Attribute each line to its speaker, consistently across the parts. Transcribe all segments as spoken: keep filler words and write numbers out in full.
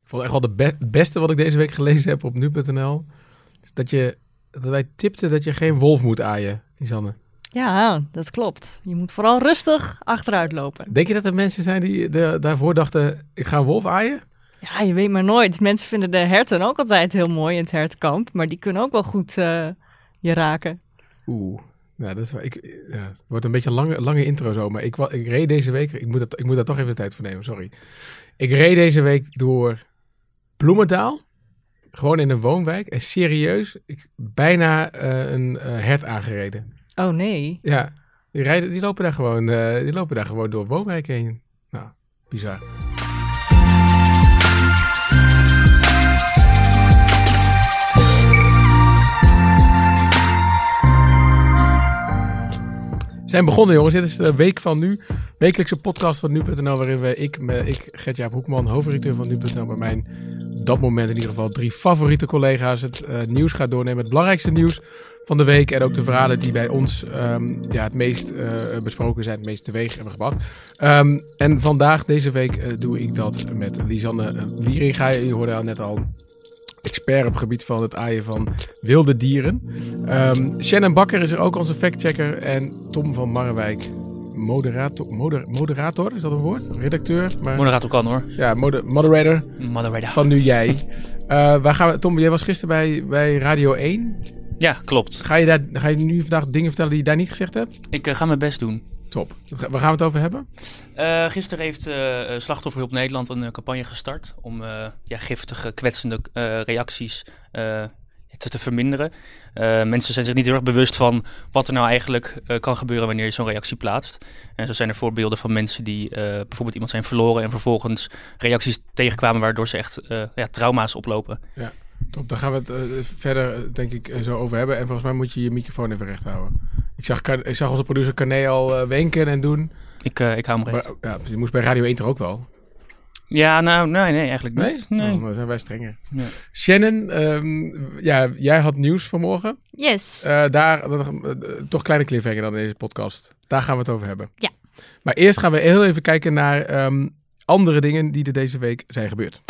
Speaker 1: vond echt wel de be- beste wat ik deze week gelezen heb op nu punt n l. Is dat, je, dat wij tipten dat je geen wolf moet aaien, Lisanne.
Speaker 2: Ja, dat klopt. Je moet vooral rustig achteruit lopen.
Speaker 1: Denk je dat er mensen zijn die de, daarvoor dachten, ik ga een wolf aaien?
Speaker 2: Ja, je weet maar nooit. Mensen vinden de herten ook altijd heel mooi in het hertenkamp. Maar die kunnen ook wel goed uh, je raken.
Speaker 1: Oeh. Ja, dat is wel, ik, ja, het wordt een beetje een lange, lange intro zo. Maar ik, ik reed deze week... Ik moet, dat, ik moet daar toch even de tijd voor nemen, sorry. Ik reed deze week door Bloemendaal. Gewoon in een woonwijk. En serieus, ik bijna uh, een uh, hert aangereden.
Speaker 2: Oh nee.
Speaker 1: Ja, die, rijden, die, lopen daar gewoon, uh, die lopen daar gewoon door woonwijken heen. Nou, bizar. We zijn begonnen, jongens. Dit is de week van nu. Wekelijkse podcast van nu punt n l, waarin we, ik, me, ik Gert-Jaap Hoekman, hoofdredacteur van nu punt n l, bij mijn, op dat moment in ieder geval, drie favoriete collega's het uh, nieuws gaat doornemen. Het belangrijkste nieuws van de week en ook de verhalen die bij ons um, ja, het meest uh, besproken zijn, het meest teweeg hebben gebracht. Um, en vandaag, deze week, uh, doe ik dat met Lisanne uh, Wieringa. Je hoorde al net al... expert op het gebied van het aaien van wilde dieren. Um, Shannon Bakker is er ook, onze factchecker. En Tom van Marrewijk, moderator, moder, moderator, is dat een woord? Redacteur? Maar,
Speaker 3: moderator kan hoor.
Speaker 1: Ja, moder, moderator,
Speaker 3: moderator
Speaker 1: van Nu Jij. Uh, waar gaan we, Tom, jij was gisteren bij, bij Radio één.
Speaker 3: Ja, klopt.
Speaker 1: Ga je, daar, ga je nu vandaag dingen vertellen die je daar niet gezegd hebt?
Speaker 3: Ik uh, ga mijn best doen.
Speaker 1: Top. Waar gaan we het over hebben?
Speaker 3: Uh, gisteren heeft uh, Slachtofferhulp Nederland een uh, campagne gestart om uh, ja, giftige, kwetsende uh, reacties uh, te, te verminderen. Uh, mensen zijn zich niet heel erg bewust van wat er nou eigenlijk uh, kan gebeuren wanneer je zo'n reactie plaatst. En zo zijn er voorbeelden van mensen die uh, bijvoorbeeld iemand zijn verloren en vervolgens reacties tegenkwamen waardoor ze echt uh, ja, trauma's oplopen.
Speaker 1: Ja. Top, daar gaan we het uh, verder denk ik uh, zo over hebben. En volgens mij moet je je microfoon even recht houden. Ik zag, ik zag onze producer Carné al uh, wenken en doen.
Speaker 3: Ik, uh, ik hou hem recht.
Speaker 1: Maar, ja, je moest bij Radio één toch ook wel?
Speaker 3: Ja, nou, nee, nee, eigenlijk niet.
Speaker 1: Nee?
Speaker 3: nee.
Speaker 1: Oh, dan zijn wij strenger.
Speaker 3: Ja.
Speaker 1: Shannon, um, ja, jij had nieuws vanmorgen.
Speaker 2: Yes.
Speaker 1: Uh, daar, uh, uh, toch kleine cliffhanger dan in deze podcast. Daar gaan we het over hebben.
Speaker 2: Ja.
Speaker 1: Maar eerst gaan we heel even kijken naar um, andere dingen die er deze week zijn gebeurd.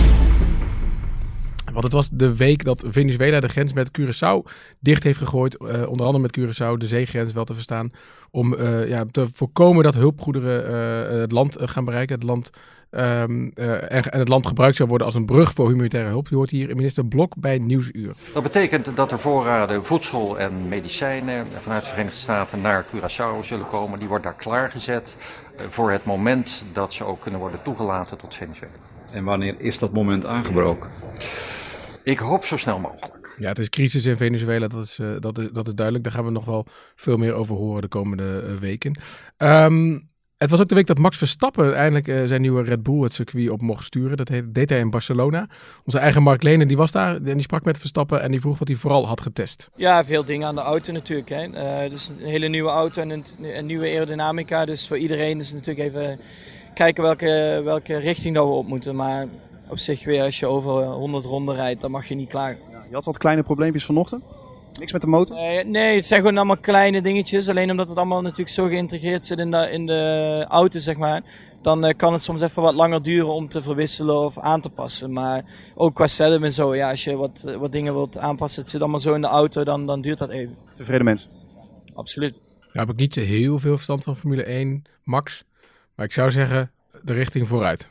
Speaker 1: Want het was de week dat Venezuela de grens met Curaçao dicht heeft gegooid. Uh, onder andere met Curaçao, de zeegrens wel te verstaan. Om uh, ja, te voorkomen dat hulpgoederen uh, het land uh, gaan bereiken. Het land, um, uh, en, en het land gebruikt zou worden als een brug voor humanitaire hulp. Je hoort hier minister Blok bij Nieuwsuur.
Speaker 4: Dat betekent dat er voorraden voedsel en medicijnen vanuit de Verenigde Staten naar Curaçao zullen komen. Die worden daar klaargezet uh, voor het moment dat ze ook kunnen worden toegelaten tot Venezuela.
Speaker 5: En wanneer is dat moment aangebroken?
Speaker 4: Ik hoop zo snel mogelijk.
Speaker 1: Ja, het is crisis in Venezuela, dat is, uh, dat is, dat is duidelijk. Daar gaan we nog wel veel meer over horen de komende uh, weken. Um, het was ook de week dat Max Verstappen eindelijk uh, zijn nieuwe Red Bull het circuit op mocht sturen. Dat heet, deed hij in Barcelona. Onze eigen Mark Lenen, die was daar en die sprak met Verstappen en die vroeg wat hij vooral had getest.
Speaker 6: Ja, veel dingen aan de auto natuurlijk. Hè. Uh, het is een hele nieuwe auto en een, een nieuwe aerodynamica. Dus voor iedereen is het natuurlijk even kijken welke, welke richting dat we op moeten. Maar op zich weer, als je over honderd ronden rijdt, dan mag je niet klagen.
Speaker 7: Ja, je had wat kleine probleempjes vanochtend? Niks met de motor?
Speaker 6: Uh, nee, het zijn gewoon allemaal kleine dingetjes. Alleen omdat het allemaal natuurlijk zo geïntegreerd zit in de, in de auto, zeg maar. Dan uh, kan het soms even wat langer duren om te verwisselen of aan te passen. Maar ook qua setup en zo, ja, als je wat, wat dingen wilt aanpassen, het zit allemaal zo in de auto, dan, dan duurt dat even.
Speaker 7: Tevreden mensen?
Speaker 6: Absoluut.
Speaker 1: Ja, heb ik niet zo heel veel verstand van Formule één, Max. Maar ik zou zeggen, de richting vooruit.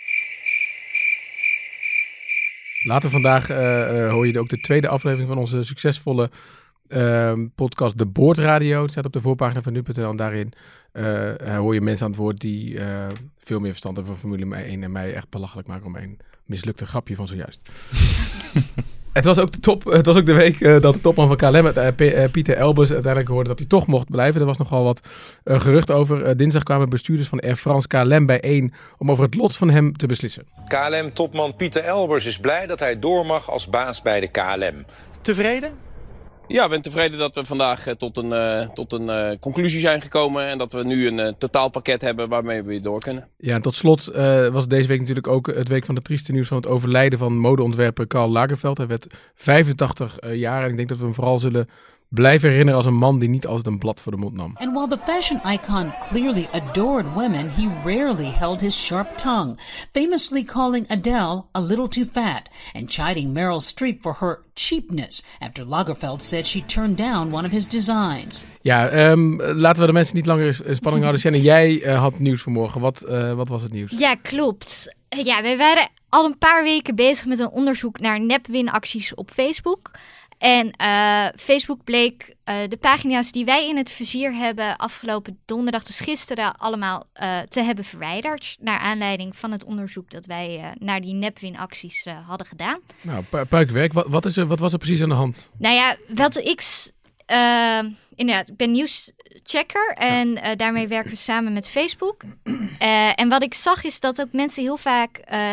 Speaker 1: Later vandaag uh, uh, hoor je ook de tweede aflevering van onze succesvolle uh, podcast De Boordradio. Het staat op de voorpagina van nu punt n l en daarin uh, hoor je mensen aan het woord die uh, veel meer verstand hebben van Formule één en mij echt belachelijk maken om een mislukte grapje van zojuist. Het was ook de top. Het was ook de week uh, dat de topman van K L M, uh, P- uh, Pieter Elbers, uiteindelijk hoorde dat hij toch mocht blijven. Er was nogal wat uh, gerucht over. Uh, dinsdag kwamen bestuurders van Air France K L M bijeen om over het lot van hem te beslissen.
Speaker 8: K L M-topman Pieter Elbers is blij dat hij door mag als baas bij de K L M.
Speaker 9: Tevreden? Ja, ik ben tevreden dat we vandaag uh, tot een, uh, tot een uh, conclusie zijn gekomen. En dat we nu een uh, totaalpakket hebben waarmee we weer door kunnen.
Speaker 1: Ja, en tot slot uh, was deze week natuurlijk ook het week van de trieste nieuws van het overlijden van modeontwerper Karl Lagerfeld. Hij werd vijfentachtig uh, jaar en ik denk dat we hem vooral zullen blijven herinneren als een man die niet altijd een blad voor de mond nam.
Speaker 10: And while the fashion icon clearly adored women, he rarely held his sharp tongue, famously calling Adele a little too fat and chiding Meryl Streep for her cheapness after Lagerfeld said she turned down one of his designs.
Speaker 1: Ja, um, laten we de mensen niet langer in spanning houden. Shannon, jij uh, had nieuws vanmorgen. Wat, uh, wat was het nieuws?
Speaker 11: Ja, klopt. Ja, wij waren al een paar weken bezig met een onderzoek naar nepwinacties op Facebook. En uh, Facebook bleek uh, de pagina's die wij in het vizier hebben afgelopen donderdag, dus gisteren, allemaal uh, te hebben verwijderd. Naar aanleiding van het onderzoek dat wij uh, naar die nepwinacties uh, hadden gedaan.
Speaker 1: Nou, pu- puikwerk. Wat, wat, is er, wat was er precies aan de hand?
Speaker 11: Nou ja, wat ik... Uh, inderdaad, ik ben nieuwschecker en uh, daarmee werken we samen met Facebook. Uh, en wat ik zag is dat ook mensen heel vaak uh,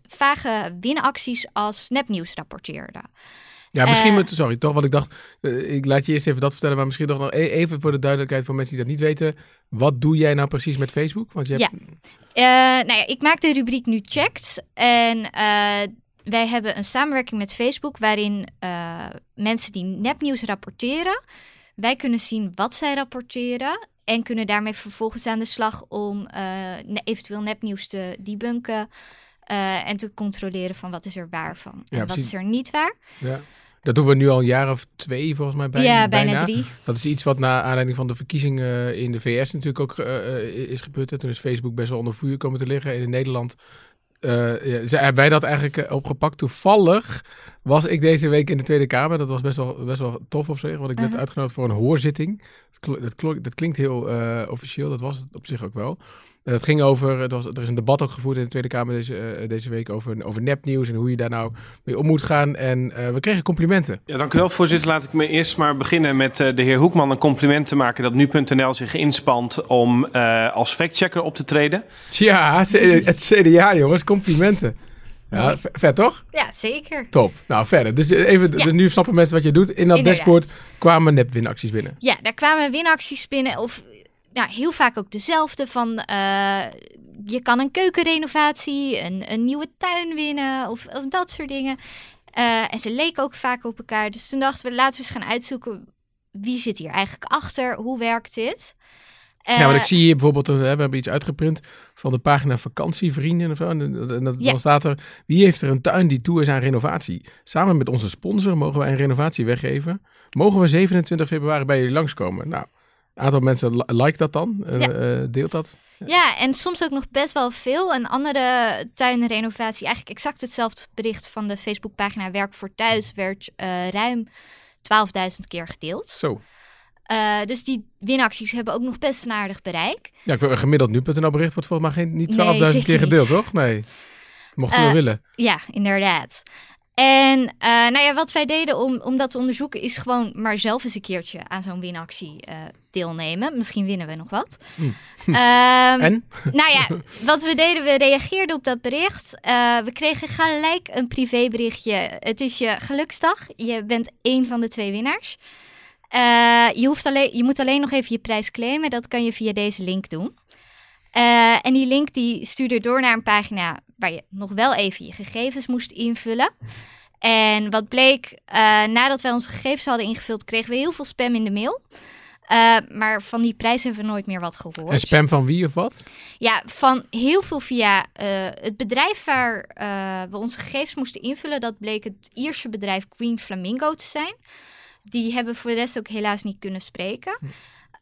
Speaker 11: vage winacties als nepnieuws rapporteerden.
Speaker 1: Ja, misschien
Speaker 11: Uh,
Speaker 1: moet, sorry, toch wat ik dacht. Uh, ik laat je eerst even dat vertellen, maar misschien toch nog e- even voor de duidelijkheid voor mensen die dat niet weten. Wat doe jij nou precies met Facebook? Want je hebt...
Speaker 11: Ja, uh, nou ja, ik maak de rubriek Nu Checkt en uh, wij hebben een samenwerking met Facebook waarin uh, mensen die nepnieuws rapporteren, wij kunnen zien wat zij rapporteren en kunnen daarmee vervolgens aan de slag om uh, ne- eventueel nepnieuws te debunken uh, en te controleren van wat is er waar van en
Speaker 1: Ja,
Speaker 11: wat
Speaker 1: precies.
Speaker 11: is er niet waar.
Speaker 1: Ja. Dat doen we nu al een jaar of twee volgens mij bijna.
Speaker 11: Ja, bijna drie.
Speaker 1: Dat is iets wat na aanleiding van de verkiezingen in de V S natuurlijk ook uh, is gebeurd. Toen is Facebook best wel onder vuur komen te liggen. En in Nederland uh, ja, hebben wij dat eigenlijk uh, opgepakt. Toevallig was ik deze week in de Tweede Kamer. Dat was best wel, best wel tof op zich. Want ik werd
Speaker 11: Uh-huh.
Speaker 1: uitgenodigd voor een hoorzitting. Dat, kl- dat, kl- dat klinkt heel uh, officieel. Dat was het op zich ook wel. En dat ging over, het was, er is een debat ook gevoerd in de Tweede Kamer deze, uh, deze week over, over nepnieuws en hoe je daar nou mee om moet gaan. En uh, we kregen complimenten.
Speaker 12: Ja, dank u wel, voorzitter. Laat ik me eerst maar beginnen met uh, de heer Hoekman een compliment te maken dat nu punt n l zich inspant om uh, als factchecker op te treden.
Speaker 1: Ja, het C D A, jongens, complimenten. Ja, v- vet toch?
Speaker 11: Ja, zeker.
Speaker 1: Top. Nou, verder. Dus even,
Speaker 11: Ja.
Speaker 1: dus nu snappen mensen wat je doet. In dat
Speaker 11: Inderdaad.
Speaker 1: dashboard kwamen nepwinacties binnen.
Speaker 11: Ja, daar kwamen winacties binnen of nou, heel vaak ook dezelfde van uh, je kan een keukenrenovatie, een, een nieuwe tuin winnen of, of dat soort dingen. Uh, en ze leken ook vaak op elkaar. Dus toen dachten we, laten we eens gaan uitzoeken wie zit hier eigenlijk achter, hoe werkt dit? Uh,
Speaker 1: ja, want ik zie hier bijvoorbeeld, uh, we hebben iets uitgeprint van de pagina vakantievrienden of zo. En, dat- en dat,
Speaker 11: Ja.
Speaker 1: dan staat er, wie heeft er een tuin die toe is aan renovatie? Samen met onze sponsor mogen wij een renovatie weggeven. Mogen we zevenentwintig februari bij jullie langskomen? Nou, een aantal mensen li- like dat dan, uh,
Speaker 11: Ja.
Speaker 1: uh, deelt dat.
Speaker 11: Ja, en soms ook nog best wel veel. Een andere tuinrenovatie, eigenlijk exact hetzelfde bericht van de Facebookpagina Werk voor Thuis, werd uh, ruim twaalfduizend keer gedeeld.
Speaker 1: Zo.
Speaker 11: Uh, dus die winacties hebben ook nog best een aardig bereik.
Speaker 1: Ja, ik wil een gemiddeld nu punt n l bericht wordt volgens mij geen, niet
Speaker 11: Nee,
Speaker 1: twaalfduizend keer
Speaker 11: zeker
Speaker 1: gedeeld,
Speaker 11: niet.
Speaker 1: toch? Nee. Mochten we
Speaker 11: Uh,
Speaker 1: willen.
Speaker 11: Ja, inderdaad. En uh, nou ja, wat wij deden om, om dat te onderzoeken is gewoon maar zelf eens een keertje aan zo'n winactie uh, deelnemen. Misschien winnen we nog wat.
Speaker 1: Mm.
Speaker 11: Ehm,
Speaker 1: En?
Speaker 11: Nou ja, wat we deden, we reageerden op dat bericht. Uh, we kregen gelijk een privéberichtje. Het is je geluksdag. Je bent één van de twee winnaars. Uh, je, hoeft alleen, je moet alleen nog even je prijs claimen. Dat kan je via deze link doen. Uh, en die link die stuurde door naar een pagina waar je nog wel even je gegevens moest invullen. En wat bleek, uh, nadat wij onze gegevens hadden ingevuld, kregen we heel veel spam in de mail. Uh, maar van die prijs hebben we nooit meer wat gehoord.
Speaker 1: En spam van wie of wat?
Speaker 11: Ja, van heel veel via uh, het bedrijf waar uh, we onze gegevens moesten invullen. Dat bleek het Ierse bedrijf Green Flamingo te zijn. Die hebben voor de rest ook helaas niet kunnen spreken. Uh,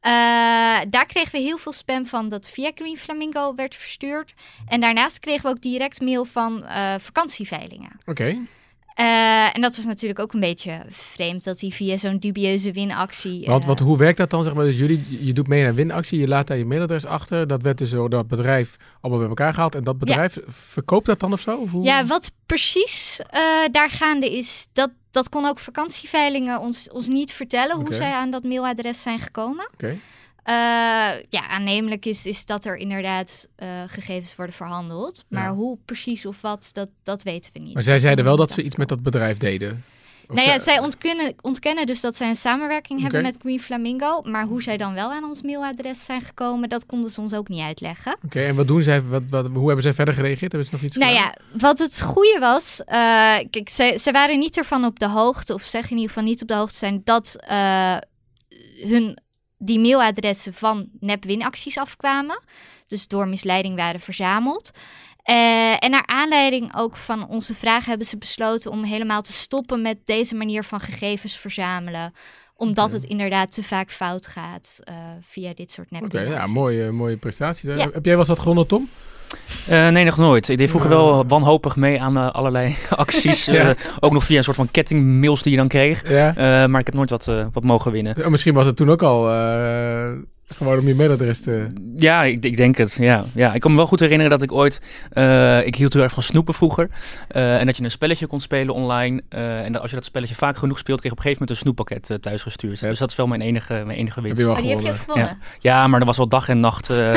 Speaker 11: daar kregen we heel veel spam van dat via Green Flamingo werd verstuurd. En daarnaast kregen we ook direct mail van uh, vakantieveilingen.
Speaker 1: Oké. Okay.
Speaker 11: Uh, en dat was natuurlijk ook een beetje vreemd dat die via zo'n dubieuze winactie... Uh...
Speaker 1: Want wat, hoe werkt dat dan? Zeg maar, dus jullie, je doet mee aan een winactie, je laat daar je mailadres achter. Dat werd dus door dat bedrijf allemaal bij elkaar gehaald. En dat bedrijf ja. verkoopt dat dan of zo? Of hoe?
Speaker 11: Ja, wat precies uh, daar gaande is, dat, dat kon ook vakantieveilingen ons, ons niet vertellen... Okay. hoe zij aan dat mailadres zijn gekomen.
Speaker 1: Oké. Okay.
Speaker 11: Uh, ja, aannemelijk is, is dat er inderdaad uh, gegevens worden verhandeld. Maar ja. hoe precies of wat, dat, dat weten we niet.
Speaker 1: Maar zij zeiden wel dat ze iets met dat bedrijf deden.
Speaker 11: Nou ja, zij ontkennen, ontkennen dus dat zij een samenwerking
Speaker 1: Okay.
Speaker 11: hebben met Green Flamingo. Maar hoe zij dan wel aan ons mailadres zijn gekomen, dat konden ze ons ook niet uitleggen.
Speaker 1: Oké, okay, en wat doen zij? Wat, wat, hoe hebben zij verder gereageerd? Hebben ze nog iets
Speaker 11: Nou
Speaker 1: gedaan?
Speaker 11: ja, wat het goede was, uh, kijk, ze, ze waren niet ervan op de hoogte, of zeggen in ieder geval niet op de hoogte zijn, dat uh, hun die mailadressen van nep-winacties afkwamen. Dus door misleiding waren verzameld. Uh, en naar aanleiding ook van onze vraag hebben ze besloten om helemaal te stoppen met deze manier van gegevens verzamelen. Omdat okay. het inderdaad te vaak fout gaat uh, via dit soort nep-winacties.
Speaker 1: Oké, okay, ja, mooie, mooie prestatie.
Speaker 11: Ja.
Speaker 1: Heb jij wel eens wat gewonnen, Tom?
Speaker 3: Uh, nee, nog nooit. Ik deed vroeger wel wanhopig mee aan uh, allerlei acties. ja. uh, ook nog via een soort van kettingmails die je dan kreeg. Ja. Uh, maar ik heb nooit wat, uh, wat mogen winnen.
Speaker 1: Ja, misschien was het toen ook al... Uh... Gewoon om je mailadres te...
Speaker 3: Ja, ik, ik denk het. Ja. Ja, ik kan me wel goed herinneren dat ik ooit... Uh, ik hield heel erg van snoepen vroeger. Uh, en dat je een spelletje kon spelen online. Uh, en dat als je dat spelletje vaak genoeg speelt... kreeg je op een gegeven moment een snoeppakket uh, thuisgestuurd. Ja. Dus dat is wel mijn enige, mijn enige winst.
Speaker 1: Heb je wel
Speaker 11: oh, die heb je ook gewonnen?
Speaker 3: Ja. ja, maar er was wel dag en nacht... Uh...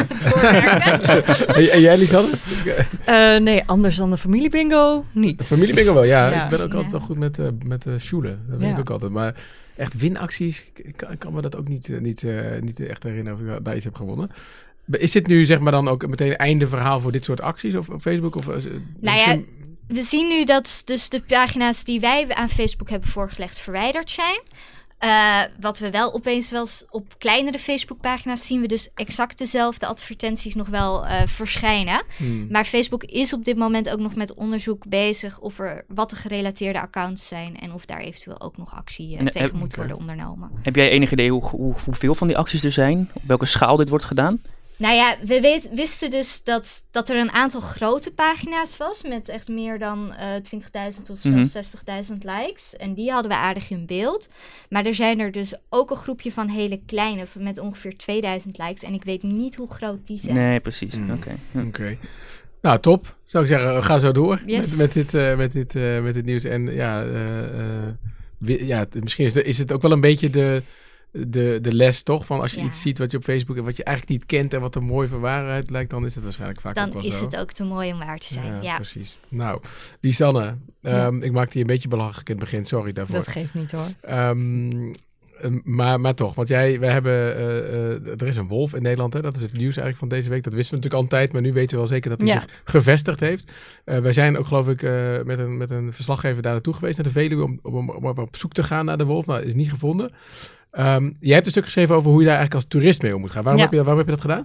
Speaker 1: en, en jij, Lisanne?
Speaker 2: Uh, nee, anders dan de familiebingo niet.
Speaker 1: De familiebingo wel, ja. ja. Ik ben ook
Speaker 11: ja.
Speaker 1: altijd wel goed met, uh, met uh, sjoelen. Dat ben ja. ik ook altijd. Maar... Echt winacties, ik kan, ik kan me dat ook niet, niet, uh, niet echt herinneren of ik daar iets heb gewonnen. Is dit nu zeg maar dan ook meteen einde verhaal voor dit soort acties op, op Facebook? Of, uh,
Speaker 11: nou ja, we zien nu dat dus de pagina's die wij aan Facebook hebben voorgelegd verwijderd zijn. Uh, wat we wel opeens wel op kleinere Facebookpagina's zien we dus exact dezelfde advertenties nog wel uh, verschijnen. Hmm. Maar Facebook is op dit moment ook nog met onderzoek bezig of er wat de gerelateerde accounts zijn en of daar eventueel ook nog actie uh, en, tegen heb, moet worden ondernomen.
Speaker 3: Heb jij enig idee hoe, hoe, hoeveel van die acties er zijn? Op welke schaal dit wordt gedaan?
Speaker 11: Nou ja, we weet, wisten dus dat, dat er een aantal grote pagina's was met echt meer dan uh, twintigduizend of zelfs mm-hmm. zestigduizend likes. En die hadden we aardig in beeld. Maar er zijn er dus ook een groepje van hele kleine met ongeveer tweeduizend likes. En ik weet niet hoe groot die zijn.
Speaker 3: Nee, precies.
Speaker 1: Mm.
Speaker 3: Oké.
Speaker 1: Okay. Okay. Nou, top. Zou ik zeggen, ga zo door
Speaker 11: yes.
Speaker 1: met, met, dit, uh, met, dit, uh, met dit nieuws. En ja, uh, uh, ja misschien is, de, is het ook wel een beetje de... De, de les toch, van als je ja. iets ziet wat je op Facebook en wat je eigenlijk niet kent en wat er mooi van waarheid lijkt, dan is het waarschijnlijk vaak
Speaker 11: dan
Speaker 1: ook wel
Speaker 11: zo.
Speaker 1: zo.
Speaker 11: Dan is het ook te mooi om waar te zijn, ja. ja.
Speaker 1: Precies. Nou, Lisanne, um, ja. ik maakte je een beetje belachelijk in het begin, sorry daarvoor.
Speaker 2: Dat geeft niet hoor.
Speaker 1: Um, um, maar, maar toch, want jij, we hebben, uh, uh, er is een wolf in Nederland, hè? Dat is het nieuws eigenlijk van deze week. Dat wisten we natuurlijk altijd, maar nu weten we wel zeker dat hij ja. zich gevestigd heeft. Uh, wij zijn ook geloof ik uh, met, een, met een verslaggever daar naartoe geweest, naar de Veluwe, om, om, om op zoek te gaan naar de wolf. Nou, is niet gevonden. Um, jij hebt een stuk geschreven over hoe je daar eigenlijk als toerist mee om moet gaan. Waarom, ja. heb, je, waarom heb je dat gedaan?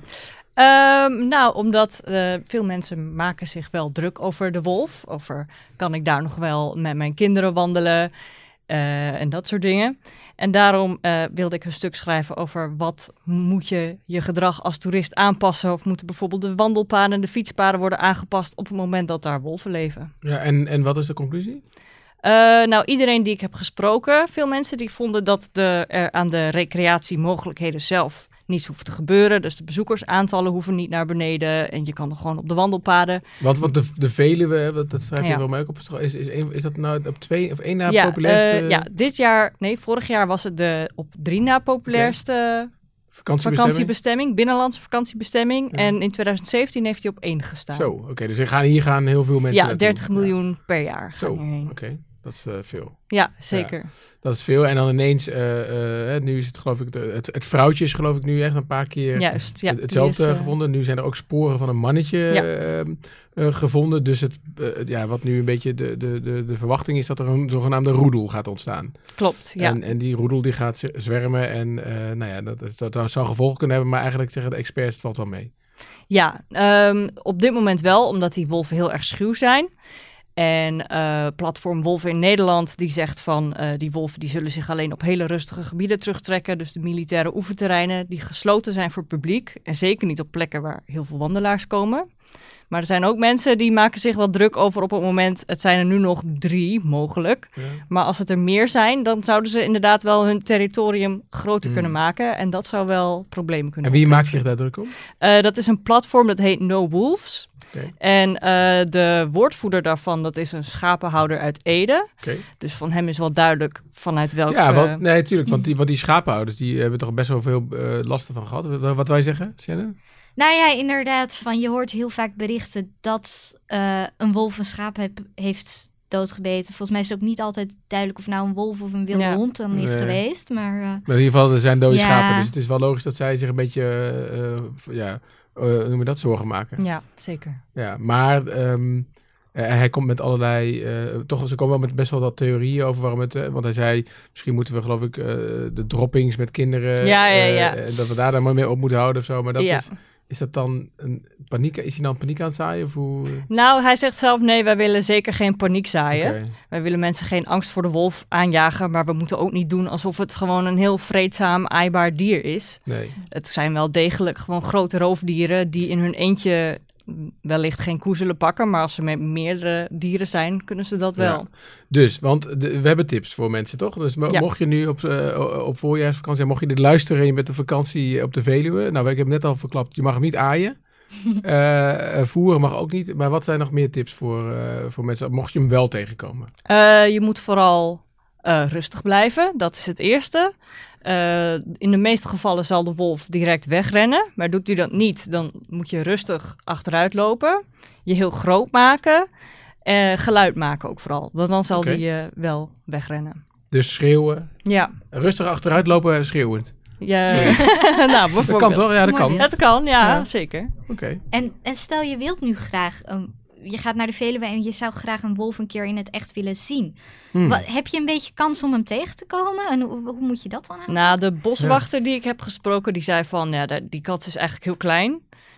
Speaker 2: Um, nou, omdat uh, veel mensen maken zich wel druk over de wolf. Over kan ik daar nog wel met mijn kinderen wandelen uh, en dat soort dingen. En daarom uh, wilde ik een stuk schrijven over wat moet je je gedrag als toerist aanpassen. Of moeten bijvoorbeeld de wandelpaden en de fietspaden worden aangepast op het moment dat daar wolven leven.
Speaker 1: Ja, en, en wat is de conclusie?
Speaker 2: Uh, nou, iedereen die ik heb gesproken, veel mensen die vonden dat de, er aan de recreatiemogelijkheden zelf niets hoeft te gebeuren. Dus de bezoekersaantallen hoeven niet naar beneden en je kan er gewoon op de wandelpaden.
Speaker 1: Want wat de, de Veluwe, dat, dat schrijf je ja. wel mee ook op, is, is, een, is dat nou op twee of één na
Speaker 2: ja,
Speaker 1: populairste?
Speaker 2: Uh, ja, dit jaar, nee, vorig jaar was het de op drie na populairste okay.
Speaker 1: vakantiebestemming?
Speaker 2: vakantiebestemming, binnenlandse vakantiebestemming. Ja. En in twintig zeventien heeft hij op één gestaan.
Speaker 1: Zo, oké, okay, dus er gaan, hier gaan heel veel mensen
Speaker 2: Ja, dertig miljoen ja. per jaar.
Speaker 1: Zo, oké. Okay. Dat is uh, veel.
Speaker 2: Ja, zeker. Ja,
Speaker 1: dat is veel. En dan ineens, uh, uh, nu is het geloof ik, de, het, het vrouwtje is geloof ik nu echt een paar keer
Speaker 2: Juist, ja,
Speaker 1: hetzelfde
Speaker 2: is, uh...
Speaker 1: gevonden. Nu zijn er ook sporen van een mannetje ja. uh, uh, gevonden. Dus het, uh, ja, wat nu een beetje de, de, de, de verwachting is dat er een zogenaamde roedel gaat ontstaan.
Speaker 2: Klopt, ja.
Speaker 1: En, en die roedel die gaat zwermen en uh, nou ja, dat, dat, dat zou gevolgen kunnen hebben. Maar eigenlijk zeggen de experts, het valt wel mee.
Speaker 2: Ja, um, op dit moment wel, omdat die wolven heel erg schuw zijn. En uh, platform Wolven in Nederland die zegt van uh, die wolven die zullen zich alleen op hele rustige gebieden terugtrekken. Dus de militaire oefenterreinen die gesloten zijn voor het publiek. En zeker niet op plekken waar heel veel wandelaars komen. Maar er zijn ook mensen die maken zich wel druk over op het moment. Het zijn er nu nog drie mogelijk. Ja. Maar als het er meer zijn, dan zouden ze inderdaad wel hun territorium groter mm. kunnen maken. En dat zou wel problemen kunnen
Speaker 1: En wie
Speaker 2: opnemen.
Speaker 1: maakt zich daar druk om?
Speaker 2: Uh, dat is een platform dat heet No Wolves. Okay. En uh, de woordvoerder daarvan, dat is een schapenhouder uit Ede.
Speaker 1: Okay.
Speaker 2: Dus van hem is wel duidelijk vanuit welke...
Speaker 1: Ja, want, nee, natuurlijk. Want die, want die schapenhouders, die hebben toch best wel veel uh, last van gehad. Wat, wat wij zeggen, Shannon?
Speaker 11: Nou ja, inderdaad. Van, je hoort heel vaak berichten dat uh, een wolf een schaap heb, heeft doodgebeten. Volgens mij is het ook niet altijd duidelijk of nou een wolf of een wilde
Speaker 2: Ja.
Speaker 11: hond dan is
Speaker 1: Nee.
Speaker 11: geweest. Maar, uh,
Speaker 1: Maar in ieder geval, er zijn dode
Speaker 11: Ja.
Speaker 1: schapen. Dus het is wel logisch dat zij zich een beetje, uh, ja, uh, hoe noem je dat, zorgen maken.
Speaker 2: Ja, zeker.
Speaker 1: Ja, maar um, uh, hij komt met allerlei, uh, toch, ze komen wel met best wel wat theorieën over waarom het, uh, want hij zei, misschien moeten we geloof ik uh, de droppings met kinderen,
Speaker 2: Ja, ja, ja.
Speaker 1: Uh, dat we daar dan maar mee op moeten houden of zo. Maar dat
Speaker 2: Ja.
Speaker 1: is, is dat dan een paniek, is hij dan paniek aan het zaaien? Of hoe?
Speaker 2: Nou, hij zegt zelf, nee, wij willen zeker geen paniek zaaien.
Speaker 1: Okay.
Speaker 2: Wij willen mensen geen angst voor de wolf aanjagen, maar we moeten ook niet doen alsof het gewoon een heel vreedzaam, aaibaar dier is.
Speaker 1: Nee.
Speaker 2: Het zijn wel degelijk gewoon grote roofdieren die in hun eentje wellicht geen koe zullen pakken, maar als ze met meerdere dieren zijn, kunnen ze dat wel.
Speaker 1: Ja. Dus, want de, we hebben tips voor mensen, toch? Dus mo-
Speaker 2: Ja.
Speaker 1: mocht je nu op, uh, op voorjaarsvakantie zijn, mocht je dit luisteren en je bent op vakantie op de Veluwe. Nou, ik heb net al verklapt, je mag hem niet aaien. uh, voeren mag ook niet. Maar wat zijn nog meer tips voor, uh, voor mensen, mocht je hem wel tegenkomen?
Speaker 2: Uh, je moet vooral uh, rustig blijven, dat is het eerste. Uh, in de meeste gevallen zal de wolf direct wegrennen. Maar doet hij dat niet, dan moet je rustig achteruit lopen. Je heel groot maken. Uh, geluid maken ook vooral. Want dan zal
Speaker 1: Okay.
Speaker 2: die uh, wel wegrennen.
Speaker 1: Dus schreeuwen.
Speaker 2: Ja.
Speaker 1: Rustig achteruit lopen, schreeuwend.
Speaker 2: Ja, nou, bijvoorbeeld.
Speaker 1: Dat kan toch? Ja, dat kan.
Speaker 2: Dat kan, ja,
Speaker 1: Ja.
Speaker 2: zeker.
Speaker 1: Oké. Okay.
Speaker 11: en, en stel je wilt nu graag, um, je gaat naar de Veluwe en je zou graag een wolf een keer in het echt willen zien.
Speaker 1: Hmm.
Speaker 11: Wat, heb je een beetje kans om hem tegen te komen? En hoe, hoe moet je dat dan aan?
Speaker 2: Nou, de boswachter ja. die ik heb gesproken, die zei van, ja, die kans is eigenlijk heel klein.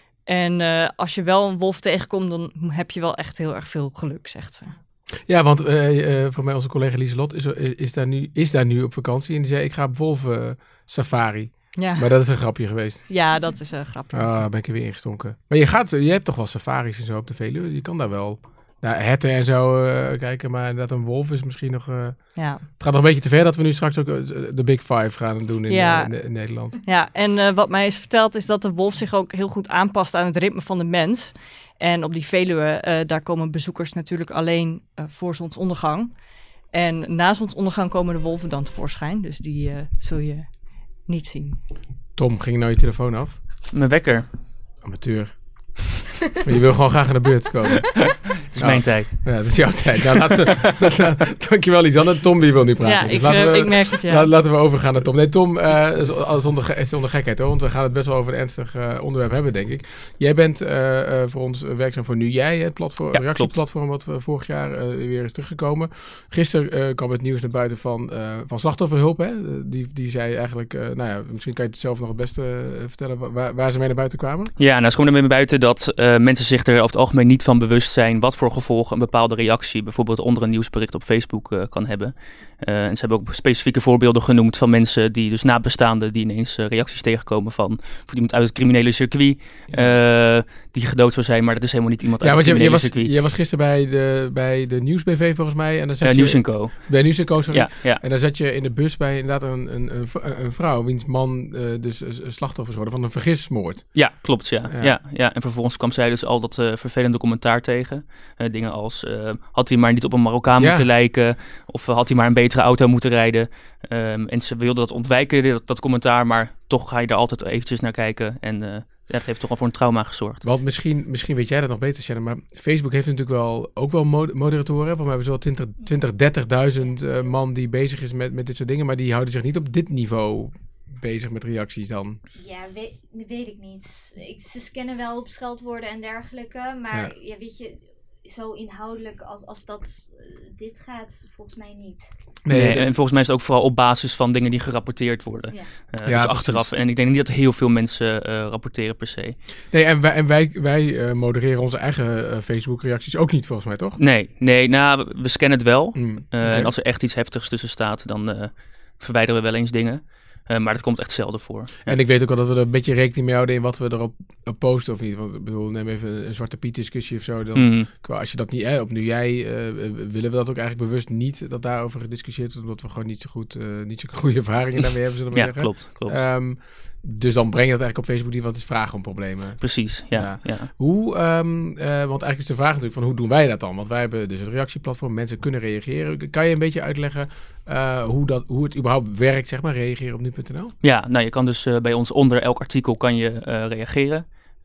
Speaker 2: En uh, als je wel een wolf tegenkomt, dan heb je wel echt heel erg veel geluk, zegt ze.
Speaker 1: Ja, want uh, uh, voor mij onze collega Lieselot is, is, daar nu, is daar nu op vakantie. En die zei, ik ga op wolf uh, safari. Ja. Maar dat is een grapje geweest.
Speaker 2: Ja, dat is een grapje.
Speaker 1: Ah, ben ik er weer ingestonken. Maar je, gaat, je hebt toch wel safaris en zo op de Veluwe? Je kan daar wel nou, herten en zo uh, kijken. Maar dat een wolf is misschien nog... Uh,
Speaker 2: ja.
Speaker 1: Het gaat nog een beetje te ver dat we nu straks ook uh, de Big Five gaan doen in,
Speaker 2: ja.
Speaker 1: uh, in, in Nederland.
Speaker 2: Ja, en uh, wat mij is verteld is dat de wolf zich ook heel goed aanpast aan het ritme van de mens. En op die Veluwe, uh, daar komen bezoekers natuurlijk alleen uh, voor zonsondergang. En na zonsondergang komen de wolven dan tevoorschijn. Dus die uh, zul je niet zien.
Speaker 1: Tom, ging nou je telefoon af?
Speaker 3: Mijn wekker.
Speaker 1: Amateur. Maar je wil gewoon graag in de buurt komen.
Speaker 3: Het is nou, mijn tijd.
Speaker 1: Ja, dat is jouw tijd. Nou, laten we, dankjewel, Lisanne. Tom, die wil nu praten.
Speaker 2: Ja,
Speaker 1: dus
Speaker 2: ik,
Speaker 1: laten we,
Speaker 2: ik merk het, ja.
Speaker 1: Laten, laten we overgaan naar Tom. Nee, Tom, uh, zonder, zonder gekheid hoor, want we gaan het best wel over een ernstig uh, onderwerp hebben, denk ik. Jij bent uh, uh, voor ons werkzaam voor Nu Jij, het platform,
Speaker 3: ja,
Speaker 1: reactieplatform wat we vorig jaar uh, weer is teruggekomen. Gisteren uh, kwam het nieuws naar buiten van, uh, van slachtofferhulp. Hè? Die, die zei eigenlijk, uh, nou ja, misschien kan je het zelf nog het beste uh, vertellen waar, waar ze mee naar buiten kwamen.
Speaker 3: Ja, nou, ze komen er mee naar buiten dat uh, mensen zich er over het algemeen niet van bewust zijn wat voor gevolgen een bepaalde reactie bijvoorbeeld onder een nieuwsbericht op Facebook uh, kan hebben. Uh, en ze hebben ook specifieke voorbeelden genoemd van mensen die dus nabestaanden die ineens uh, reacties tegenkomen van voor iemand uit het criminele circuit uh, die gedood zou zijn, maar dat is helemaal niet iemand
Speaker 1: ja,
Speaker 3: uit het criminele
Speaker 1: was,
Speaker 3: circuit.
Speaker 1: Jij was gisteren bij de, bij de Nieuws B V volgens mij. En dan zat
Speaker 3: uh,
Speaker 1: je,
Speaker 3: Nieuws en Co.
Speaker 1: Bij Nieuws en Co, sorry.
Speaker 3: Ja, ja.
Speaker 1: En dan zat je in de bus bij inderdaad een, een, een, een vrouw wiens man uh, dus uh, slachtoffers worden van een vergismoord.
Speaker 3: Ja, klopt, ja.
Speaker 1: Ja.
Speaker 3: ja, ja. En vervolgens kwam zij dus al dat uh, vervelende commentaar tegen. Uh, dingen als, uh, had hij maar niet op een Marokkaan ja. moeten lijken, of uh, had hij maar een betere auto moeten rijden. Um, en ze wilden dat ontwijken, dat, dat commentaar, maar toch ga je er altijd eventjes naar kijken. En uh, ja, dat heeft toch al voor een trauma gezorgd.
Speaker 1: Want misschien, misschien weet jij dat nog beter, Shannon, maar Facebook heeft natuurlijk wel ook wel mod- moderatoren. Want we hebben zo twintig, twintig dertigduizend uh, man die bezig is met, met dit soort dingen, maar die houden zich niet op dit niveau bezig met reacties dan.
Speaker 11: Ja, weet, weet ik niet. Ik, ze scannen wel op scheldwoorden en dergelijke, maar ja. Ja, weet je, zo inhoudelijk als, als dat uh, dit gaat, volgens mij niet.
Speaker 3: Nee, nee, en volgens mij is het ook vooral op basis van dingen die gerapporteerd worden. Ja. Uh, ja, dus achteraf. En ik denk niet dat heel veel mensen uh, rapporteren per se.
Speaker 1: Nee, en wij, en wij, wij uh, modereren onze eigen uh, Facebook-reacties ook niet, volgens mij, toch?
Speaker 3: Nee, nee, nou, we scannen het wel.
Speaker 1: Mm,
Speaker 3: uh,
Speaker 1: okay.
Speaker 3: En als er echt iets heftigs tussen staat, dan uh, verwijderen we wel eens dingen. Uh, maar dat komt echt zelden voor.
Speaker 1: En ja. Ik weet ook wel dat we er een beetje rekening mee houden in wat we erop op posten of niet. Want ik bedoel, neem even een Zwarte Piet discussie of zo. Dan,
Speaker 3: mm.
Speaker 1: Als je dat niet, eh, op Nu Jij, uh, willen we dat ook eigenlijk bewust niet, dat daarover gediscussieerd wordt. Omdat we gewoon niet zo goed, uh, niet zo goede ervaringen daarmee hebben, zullen we
Speaker 3: ja,
Speaker 1: zeggen.
Speaker 3: klopt, klopt.
Speaker 1: Um, dus dan breng je dat eigenlijk op Facebook niet, want het is vragen om problemen.
Speaker 3: Precies, ja. ja. ja.
Speaker 1: Hoe, um, uh, want eigenlijk is de vraag natuurlijk van hoe doen wij dat dan? Want wij hebben dus het reactieplatform, mensen kunnen reageren. Kan je een beetje uitleggen uh, hoe, dat, hoe het überhaupt werkt, zeg maar, reageren op nu punt n l?
Speaker 3: Ja, nou je kan dus uh, bij ons onder elk artikel kan je uh, reageren.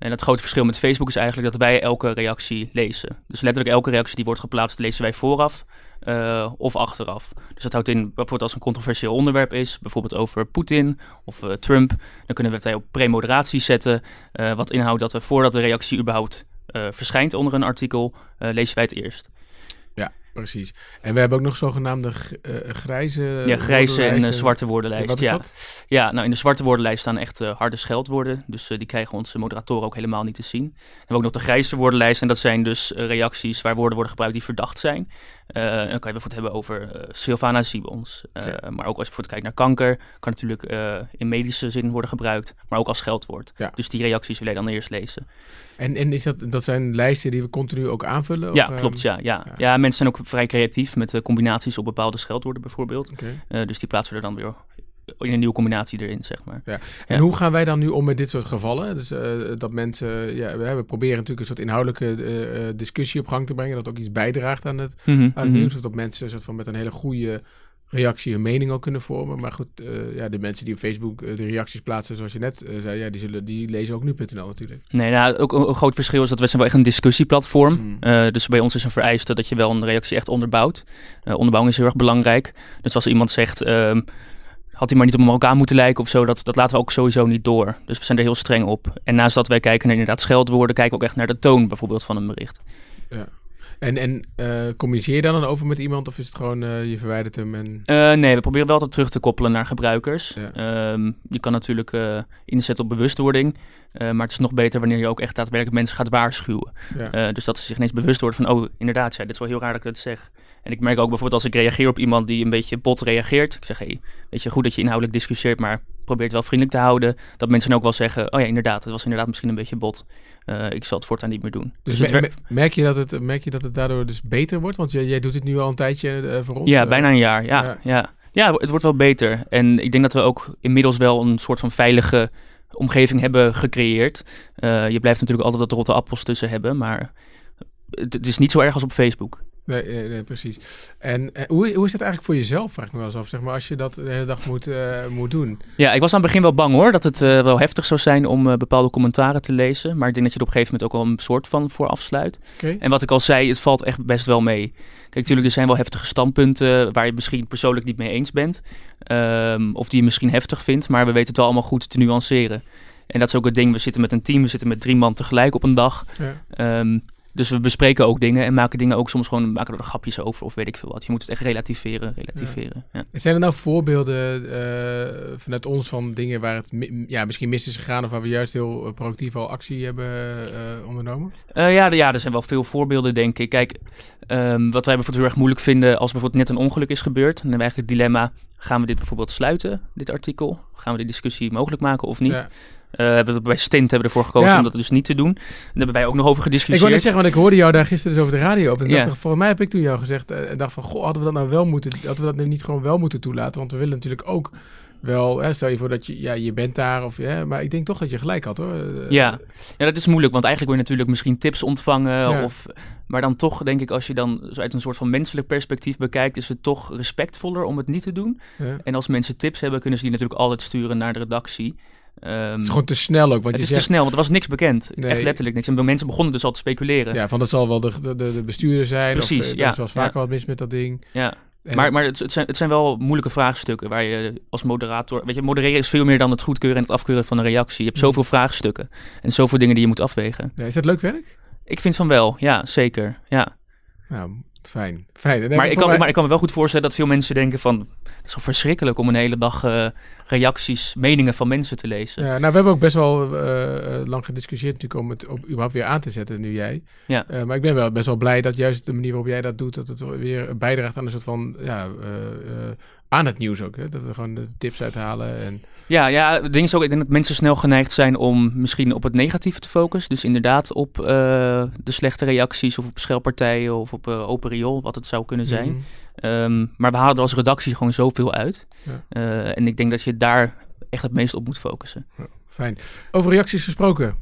Speaker 3: En het grote verschil met Facebook is eigenlijk dat wij elke reactie lezen. Dus letterlijk elke reactie die wordt geplaatst lezen wij vooraf uh, of achteraf. Dus dat houdt in, bijvoorbeeld als een controversieel onderwerp is, bijvoorbeeld over Poetin of uh, Trump, dan kunnen we het op pre-moderatie zetten. Uh, wat inhoudt dat we voordat de reactie überhaupt uh, verschijnt onder een artikel, uh, lezen wij het eerst.
Speaker 1: Ja, precies. En we hebben ook nog zogenaamde g- uh, grijze
Speaker 3: Ja, grijze en uh, zwarte woordenlijst.
Speaker 1: Wat is
Speaker 3: ja.
Speaker 1: dat?
Speaker 3: Ja, nou in de zwarte woordenlijst staan echt uh, harde scheldwoorden. Dus uh, die krijgen onze moderatoren ook helemaal niet te zien. Dan hebben we ook nog de grijze woordenlijst. En dat zijn dus uh, reacties waar woorden worden gebruikt die verdacht zijn. Uh, en dan kan je bijvoorbeeld hebben over uh, Sylvana Simons. Uh, okay. Maar ook als je bijvoorbeeld kijkt naar kanker, kan natuurlijk uh, in medische zin worden gebruikt. Maar ook als scheldwoord. Ja. Dus die reacties wil je dan eerst lezen.
Speaker 1: En, en is dat, dat zijn lijsten die we continu ook aanvullen? Of,
Speaker 3: ja, klopt. Ja, ja. Ja. ja, mensen zijn ook vrij creatief met uh, combinaties op bepaalde scheldwoorden bijvoorbeeld. Okay. Uh, dus die plaatsen we er dan weer in een nieuwe combinatie erin, zeg maar.
Speaker 1: Ja. En ja. hoe gaan wij dan nu om met dit soort gevallen? Dus uh, dat mensen, ja, we, we proberen natuurlijk een soort inhoudelijke uh, discussie op gang te brengen, dat ook iets bijdraagt aan het, mm-hmm, aan het mm-hmm. nieuws, of dat mensen soort van met een hele goede reactie hun mening ook kunnen vormen. Maar goed, uh, ja, de mensen die op Facebook uh, de reacties plaatsen, zoals je net uh, zei, ja, die, zullen, die lezen ook nu punt n l natuurlijk.
Speaker 3: Nee, nou, ook een, een groot verschil is dat we zijn wel echt een discussieplatform. Mm. Uh, dus bij ons is een vereiste dat je wel een reactie echt onderbouwt. Uh, onderbouwing is heel erg belangrijk. Dus als iemand zegt, uh, had hij maar niet op elkaar moeten lijken of zo, dat, dat laten we ook sowieso niet door. Dus we zijn er heel streng op. En naast dat wij kijken naar inderdaad scheldwoorden, kijken we ook echt naar de toon bijvoorbeeld van een bericht.
Speaker 1: Ja. En, en uh, communiceer je daar dan over met iemand of is het gewoon, uh, je verwijdert hem? En...
Speaker 3: Uh, nee, we proberen wel altijd terug te koppelen naar gebruikers. Ja. Um, je kan natuurlijk uh, inzetten op bewustwording, uh, maar het is nog beter wanneer je ook echt daadwerkelijk mensen gaat waarschuwen. Ja. Uh, dus dat ze zich ineens bewust worden van, oh inderdaad, ja, dit is wel heel raar dat ik dat zeg. En ik merk ook bijvoorbeeld als ik reageer op iemand die een beetje bot reageert. Ik zeg, hey, weet je, goed dat je inhoudelijk discussieert, maar probeer het wel vriendelijk te houden. Dat mensen dan ook wel zeggen, oh ja, inderdaad, het was inderdaad misschien een beetje bot. Uh, ik zal het voortaan niet meer doen.
Speaker 1: Dus, dus me- wer- merk, je dat het, merk je dat het daardoor dus beter wordt? Want jij, jij doet het nu al een tijdje uh, voor ons.
Speaker 3: Ja, bijna een jaar, ja, ja. ja. Ja, het wordt wel beter. En ik denk dat we ook inmiddels wel een soort van veilige omgeving hebben gecreëerd. Uh, je blijft natuurlijk altijd wat rotte appels tussen hebben, maar het, het is niet zo erg als op Facebook.
Speaker 1: Nee, nee, nee, precies. En, en hoe, hoe is dat eigenlijk voor jezelf, vraag ik me wel eens af, zeg maar, als je dat de hele dag moet, uh, moet doen?
Speaker 3: Ja, ik was aan het begin wel bang hoor, dat het uh, wel heftig zou zijn om uh, bepaalde commentaren te lezen. Maar ik denk dat je er op een gegeven moment ook wel een soort van voor afsluit. Okay. En wat ik al zei, het valt echt best wel mee. Kijk, natuurlijk, er zijn wel heftige standpunten waar je misschien persoonlijk niet mee eens bent. Um, of die je misschien heftig vindt, maar we weten het wel allemaal goed te nuanceren. En dat is ook het ding, we zitten met een team, we zitten met drie man tegelijk op een dag. Ja. Um, Dus we bespreken ook dingen en maken dingen ook soms gewoon, maken er grapjes over of weet ik veel wat. Je moet het echt relativeren, relativeren. Ja.
Speaker 1: Ja. Zijn er nou voorbeelden uh, vanuit ons van dingen waar het mi- ja, misschien mis is gegaan of waar we juist heel uh, proactief al actie hebben uh, ondernomen?
Speaker 3: Uh, ja, de, ja, er zijn wel veel voorbeelden, denk ik. Kijk, um, wat wij bijvoorbeeld heel erg moeilijk vinden als bijvoorbeeld net een ongeluk is gebeurd. Dan hebben we eigenlijk het dilemma, gaan we dit bijvoorbeeld sluiten, dit artikel? Gaan we de discussie mogelijk maken of niet? Ja. Uh, hebben we bij Stint hebben we ervoor gekozen ja. om dat dus niet te doen. Daar hebben wij ook nog over gediscussieerd.
Speaker 1: Ik wil net zeggen, want ik hoorde jou daar gisteren dus over de radio op. En ja. dacht, volgens mij heb ik toen jou gezegd en uh, dacht van, goh, hadden we dat nou wel moeten, hadden we dat nu niet gewoon wel moeten toelaten? Want we willen natuurlijk ook wel, hè, stel je voor dat je, ja, je bent daar, of, hè, maar ik denk toch dat je gelijk had hoor. Uh,
Speaker 3: ja. ja, dat is moeilijk, want eigenlijk wil je natuurlijk misschien tips ontvangen. Ja. Of, maar dan toch denk ik, als je dan uit een soort van menselijk perspectief bekijkt, is het toch respectvoller om het niet te doen. Ja. En als mensen tips hebben, kunnen ze die natuurlijk altijd sturen naar de redactie.
Speaker 1: Um, het is gewoon te snel ook.
Speaker 3: Want
Speaker 1: het
Speaker 3: je
Speaker 1: is zegt...
Speaker 3: te snel, want er was niks bekend. Nee. Echt letterlijk niks. En mensen begonnen dus al te speculeren.
Speaker 1: Ja, van dat zal wel de, de, de bestuurder zijn.
Speaker 3: Precies,
Speaker 1: of,
Speaker 3: ja.
Speaker 1: Er was vaak ja. wat mis met dat ding.
Speaker 3: Ja. En maar maar het, het, zijn, het zijn wel moeilijke vraagstukken waar je als moderator... Weet je, modereren is veel meer dan het goedkeuren en het afkeuren van een reactie. Je hebt zoveel vraagstukken en zoveel dingen die je moet afwegen.
Speaker 1: Ja, is dat leuk werk?
Speaker 3: Ik vind van wel, ja, zeker. Ja.
Speaker 1: Nou, fijn. fijn.
Speaker 3: Maar, ik kan, mij... maar ik kan me wel goed voorstellen dat veel mensen denken van... Het is wel verschrikkelijk om een hele dag uh, reacties, meningen van mensen te lezen.
Speaker 1: Ja, nou, we hebben ook best wel uh, lang gediscussieerd natuurlijk om het op, überhaupt weer aan te zetten, nu jij.
Speaker 3: Ja.
Speaker 1: Uh, maar ik ben wel best wel blij dat juist de manier waarop jij dat doet, dat het weer bijdraagt aan een soort van... Ja, uh, uh, aan het nieuws ook, hè? Dat we gewoon de tips uithalen. En...
Speaker 3: Ja, ja, het ding is ook, ik denk dat mensen snel geneigd zijn om misschien op het negatieve te focussen. Dus inderdaad op uh, de slechte reacties of op schelpartijen of op uh, open riool, wat het zou kunnen zijn. Mm-hmm. Um, maar we halen er als redactie gewoon zoveel uit. Ja. Uh, en ik denk dat je daar echt het meest op moet focussen.
Speaker 1: Ja, fijn. Over reacties gesproken.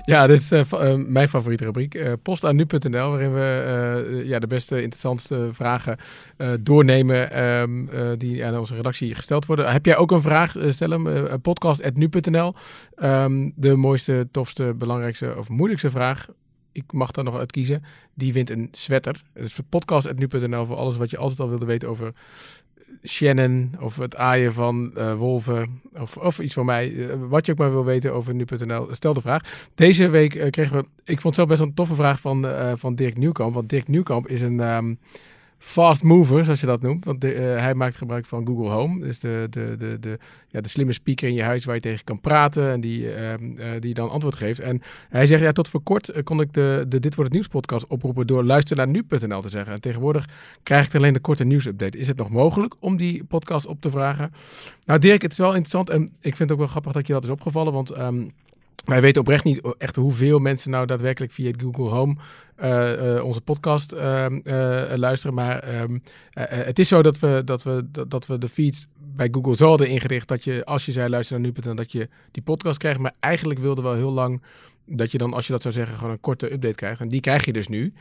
Speaker 1: Ja, dit is uh, uh, mijn favoriete rubriek. Uh, post aan nu punt n l, waarin we uh, ja, de beste, interessantste vragen uh, doornemen um, uh, die aan onze redactie gesteld worden. Heb jij ook een vraag? Uh, stel hem. Uh, podcast at nu punt n l. Um, de mooiste, tofste, belangrijkste of moeilijkste vraag. Ik mag daar nog uit kiezen. Die wint een sweater. Dus podcast at nu punt n l voor alles wat je altijd al wilde weten over Shannon of het aaien van uh, wolven of, of iets van mij. Uh, wat je ook maar wil weten over nu punt n l, stel de vraag. Deze week uh, kregen we, ik vond het zelf best wel een toffe vraag van, uh, van Dirk Nieuwkamp. Want Dirk Nieuwkamp is een um, fast mover, zoals je dat noemt. Want de, uh, hij maakt gebruik van Google Home. Dus de, de, de, de, ja, de slimme speaker in je huis waar je tegen kan praten en die, uh, uh, die dan antwoord geeft. En hij zegt, ja, tot voor kort uh, kon ik de, de Dit Wordt Het Nieuws podcast oproepen door luister naar nu punt n l te zeggen. En tegenwoordig krijg ik alleen de korte nieuwsupdate. Is het nog mogelijk om die podcast op te vragen? Nou Dirk, het is wel interessant en ik vind het ook wel grappig dat je dat is opgevallen, want Um, wij weten oprecht niet echt hoeveel mensen nou daadwerkelijk via het Google Home uh, uh, onze podcast uh, uh, luisteren. Maar um, uh, het is zo dat we, dat, we, dat, dat we de feeds bij Google zo hadden ingericht dat je, als je zei luister naar nu punt n l, dat je die podcast krijgt. Maar eigenlijk wilden we wel heel lang dat je dan, als je dat zou zeggen, gewoon een korte update krijgt. En die krijg je dus nu.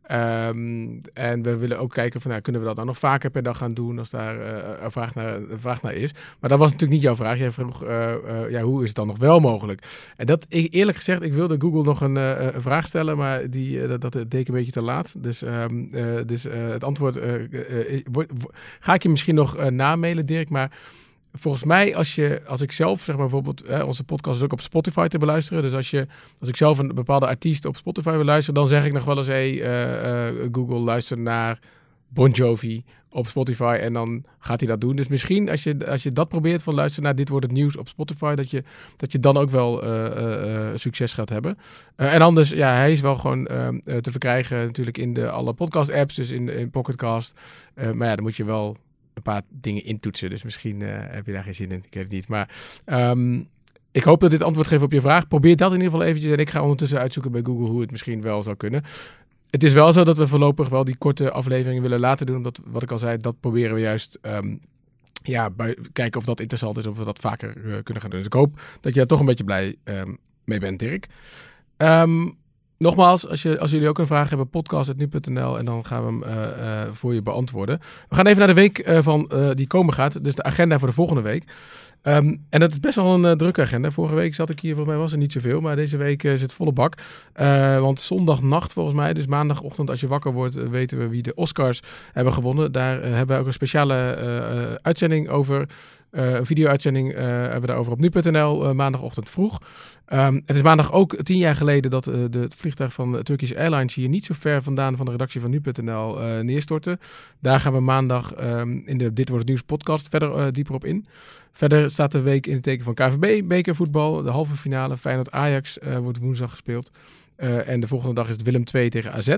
Speaker 1: Um, en we willen ook kijken van, nou, kunnen we dat dan nog vaker per dag gaan doen als daar uh, een, vraag naar, een vraag naar is. Maar dat was natuurlijk niet jouw vraag. Jij vroeg, uh, uh, ja, hoe is het dan nog wel mogelijk? En dat, ik, eerlijk gezegd, ik wilde Google nog een, uh, een vraag stellen, maar die, uh, dat, dat deed ik een beetje te laat. Dus, um, uh, dus uh, het antwoord uh, uh, uh, wo- wo- ga ik je misschien nog uh, namailen, Dirk, maar volgens mij, als, je, als ik zelf, zeg maar bijvoorbeeld, eh, onze podcast is ook op Spotify te beluisteren. Dus als, je, als ik zelf een bepaalde artiest op Spotify wil luisteren, dan zeg ik nog wel eens, hey, uh, uh, Google, luister naar Bon Jovi op Spotify. En dan gaat hij dat doen. Dus misschien, als je, als je dat probeert van luisteren naar Dit Wordt Het Nieuws op Spotify, dat je, dat je dan ook wel uh, uh, uh, succes gaat hebben. Uh, en anders, ja, hij is wel gewoon uh, uh, te verkrijgen natuurlijk in de alle podcast-apps, dus in, in Pocketcast. Uh, maar ja, dan moet je wel een paar dingen intoetsen. Dus misschien uh, heb je daar geen zin in. Ik weet het niet. Maar um, ik hoop dat dit antwoord geeft op je vraag. Probeer dat in ieder geval eventjes. En ik ga ondertussen uitzoeken bij Google hoe het misschien wel zou kunnen. Het is wel zo dat we voorlopig wel die korte afleveringen willen laten doen. Omdat, wat ik al zei, dat proberen we juist Um, ja, bij, kijken of dat interessant is. Of we dat vaker uh, kunnen gaan doen. Dus ik hoop dat je daar toch een beetje blij um, mee bent, Dirk. Um, Nogmaals, als, je, als jullie ook een vraag hebben, podcast at nu punt n l en dan gaan we hem uh, uh, voor je beantwoorden. We gaan even naar de week uh, van, uh, die komen gaat, dus de agenda voor de volgende week. Um, en dat is best wel een uh, drukke agenda. Vorige week zat ik hier, volgens mij was er niet zoveel, maar deze week uh, zit volle bak. Uh, want zondagnacht volgens mij, dus maandagochtend als je wakker wordt, uh, weten we wie de Oscars hebben gewonnen. Daar uh, hebben we ook een speciale uh, uh, uitzending over. Uh, een video-uitzending uh, hebben we daarover op nu punt n l uh, maandagochtend vroeg. Um, het is maandag ook tien jaar geleden dat uh, de, het vliegtuig van Turkish Airlines hier niet zo ver vandaan van de redactie van nu punt n l uh, neerstortte. Daar gaan we maandag um, in de Dit Wordt Het Nieuws podcast verder uh, dieper op in. Verder staat de week in het teken van K V B, bekervoetbal. De halve finale Feyenoord-Ajax uh, wordt woensdag gespeeld. Uh, en de volgende dag is het Willem twee tegen A Z.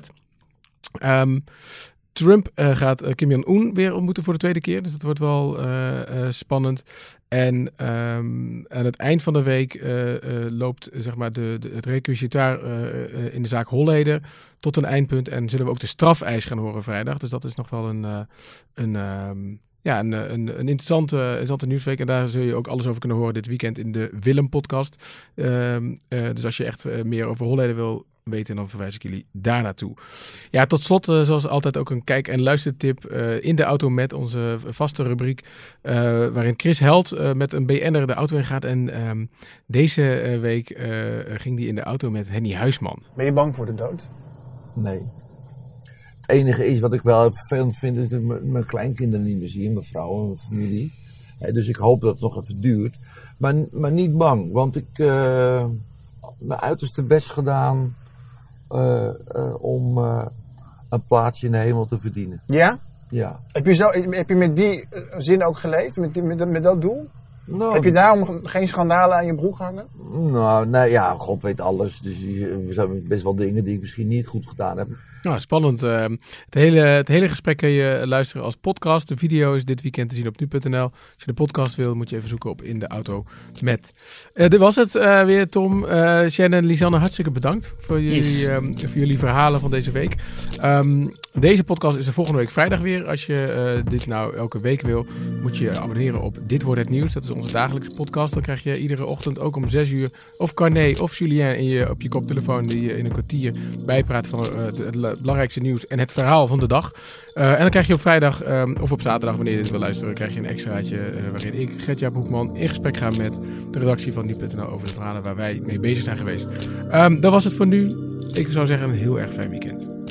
Speaker 1: Um, Trump uh, gaat uh, Kim Jong-un weer ontmoeten voor de tweede keer. Dus dat wordt wel uh, uh, spannend. En um, aan het eind van de week uh, uh, loopt zeg maar de, de, het requisitair uh, uh, in de zaak Holleder tot een eindpunt. En zullen we ook de strafeis gaan horen vrijdag. Dus dat is nog wel een, uh, een, um, ja, een, een, een interessante, interessante nieuwsweek. En daar zul je ook alles over kunnen horen dit weekend in de Willem-podcast. Um, uh, dus als je echt uh, meer over Holleder wil weten, dan verwijs ik jullie daar naartoe. Ja, tot slot, uh, zoals altijd ook een kijk- en luistertip uh, in de auto met onze vaste rubriek, uh, waarin Chris Held uh, met een B N'er de auto in gaat. En um, deze uh, week uh, ging die in de auto met Henny Huisman.
Speaker 13: Ben je bang voor de dood?
Speaker 14: Nee. Het enige is wat ik wel vervelend vind, is dat ik m- mijn kleinkinderen niet meer zie, mijn vrouw en mijn familie. He, dus ik hoop dat het nog even duurt. Maar, maar niet bang, want ik uh, mijn uiterste best gedaan Uh, uh, om uh, een plaatsje in de hemel te verdienen.
Speaker 13: Ja?
Speaker 14: Ja.
Speaker 13: Heb je, zo, heb je met die zin ook geleefd? Met, die, met, met dat doel?
Speaker 14: Nou,
Speaker 13: heb je daarom geen schandalen aan je broek hangen?
Speaker 14: Nou, nou ja, God weet alles. Dus er zijn best wel dingen die ik misschien niet goed gedaan heb.
Speaker 1: Nou, spannend. Uh, het, hele, het hele gesprek kun je luisteren als podcast. De video is dit weekend te zien op nu punt n l. Als je de podcast wil, moet je even zoeken op In de Auto met. Uh, dit was het uh, weer, Tom. Uh, Shannon, Lisanne, hartstikke bedankt voor jullie,
Speaker 3: Yes.
Speaker 1: um, voor jullie verhalen van deze week. Um, Deze podcast is er volgende week vrijdag weer. Als je uh, dit nou elke week wil, moet je abonneren op Dit Wordt Het Nieuws. Dat is onze dagelijkse podcast. Dan krijg je iedere ochtend ook om zes uur of Carné of Julien in je, op je koptelefoon die je in een kwartier bijpraat van uh, het, het belangrijkste nieuws en het verhaal van de dag. Uh, en dan krijg je op vrijdag um, of op zaterdag, wanneer je dit wil luisteren, krijg je een extraatje uh, waarin ik, Gert-Jaap Hoekman, in gesprek ga met de redactie van nu punt n l over de verhalen waar wij mee bezig zijn geweest. Um, dat was het voor nu. Ik zou zeggen een heel erg fijn weekend.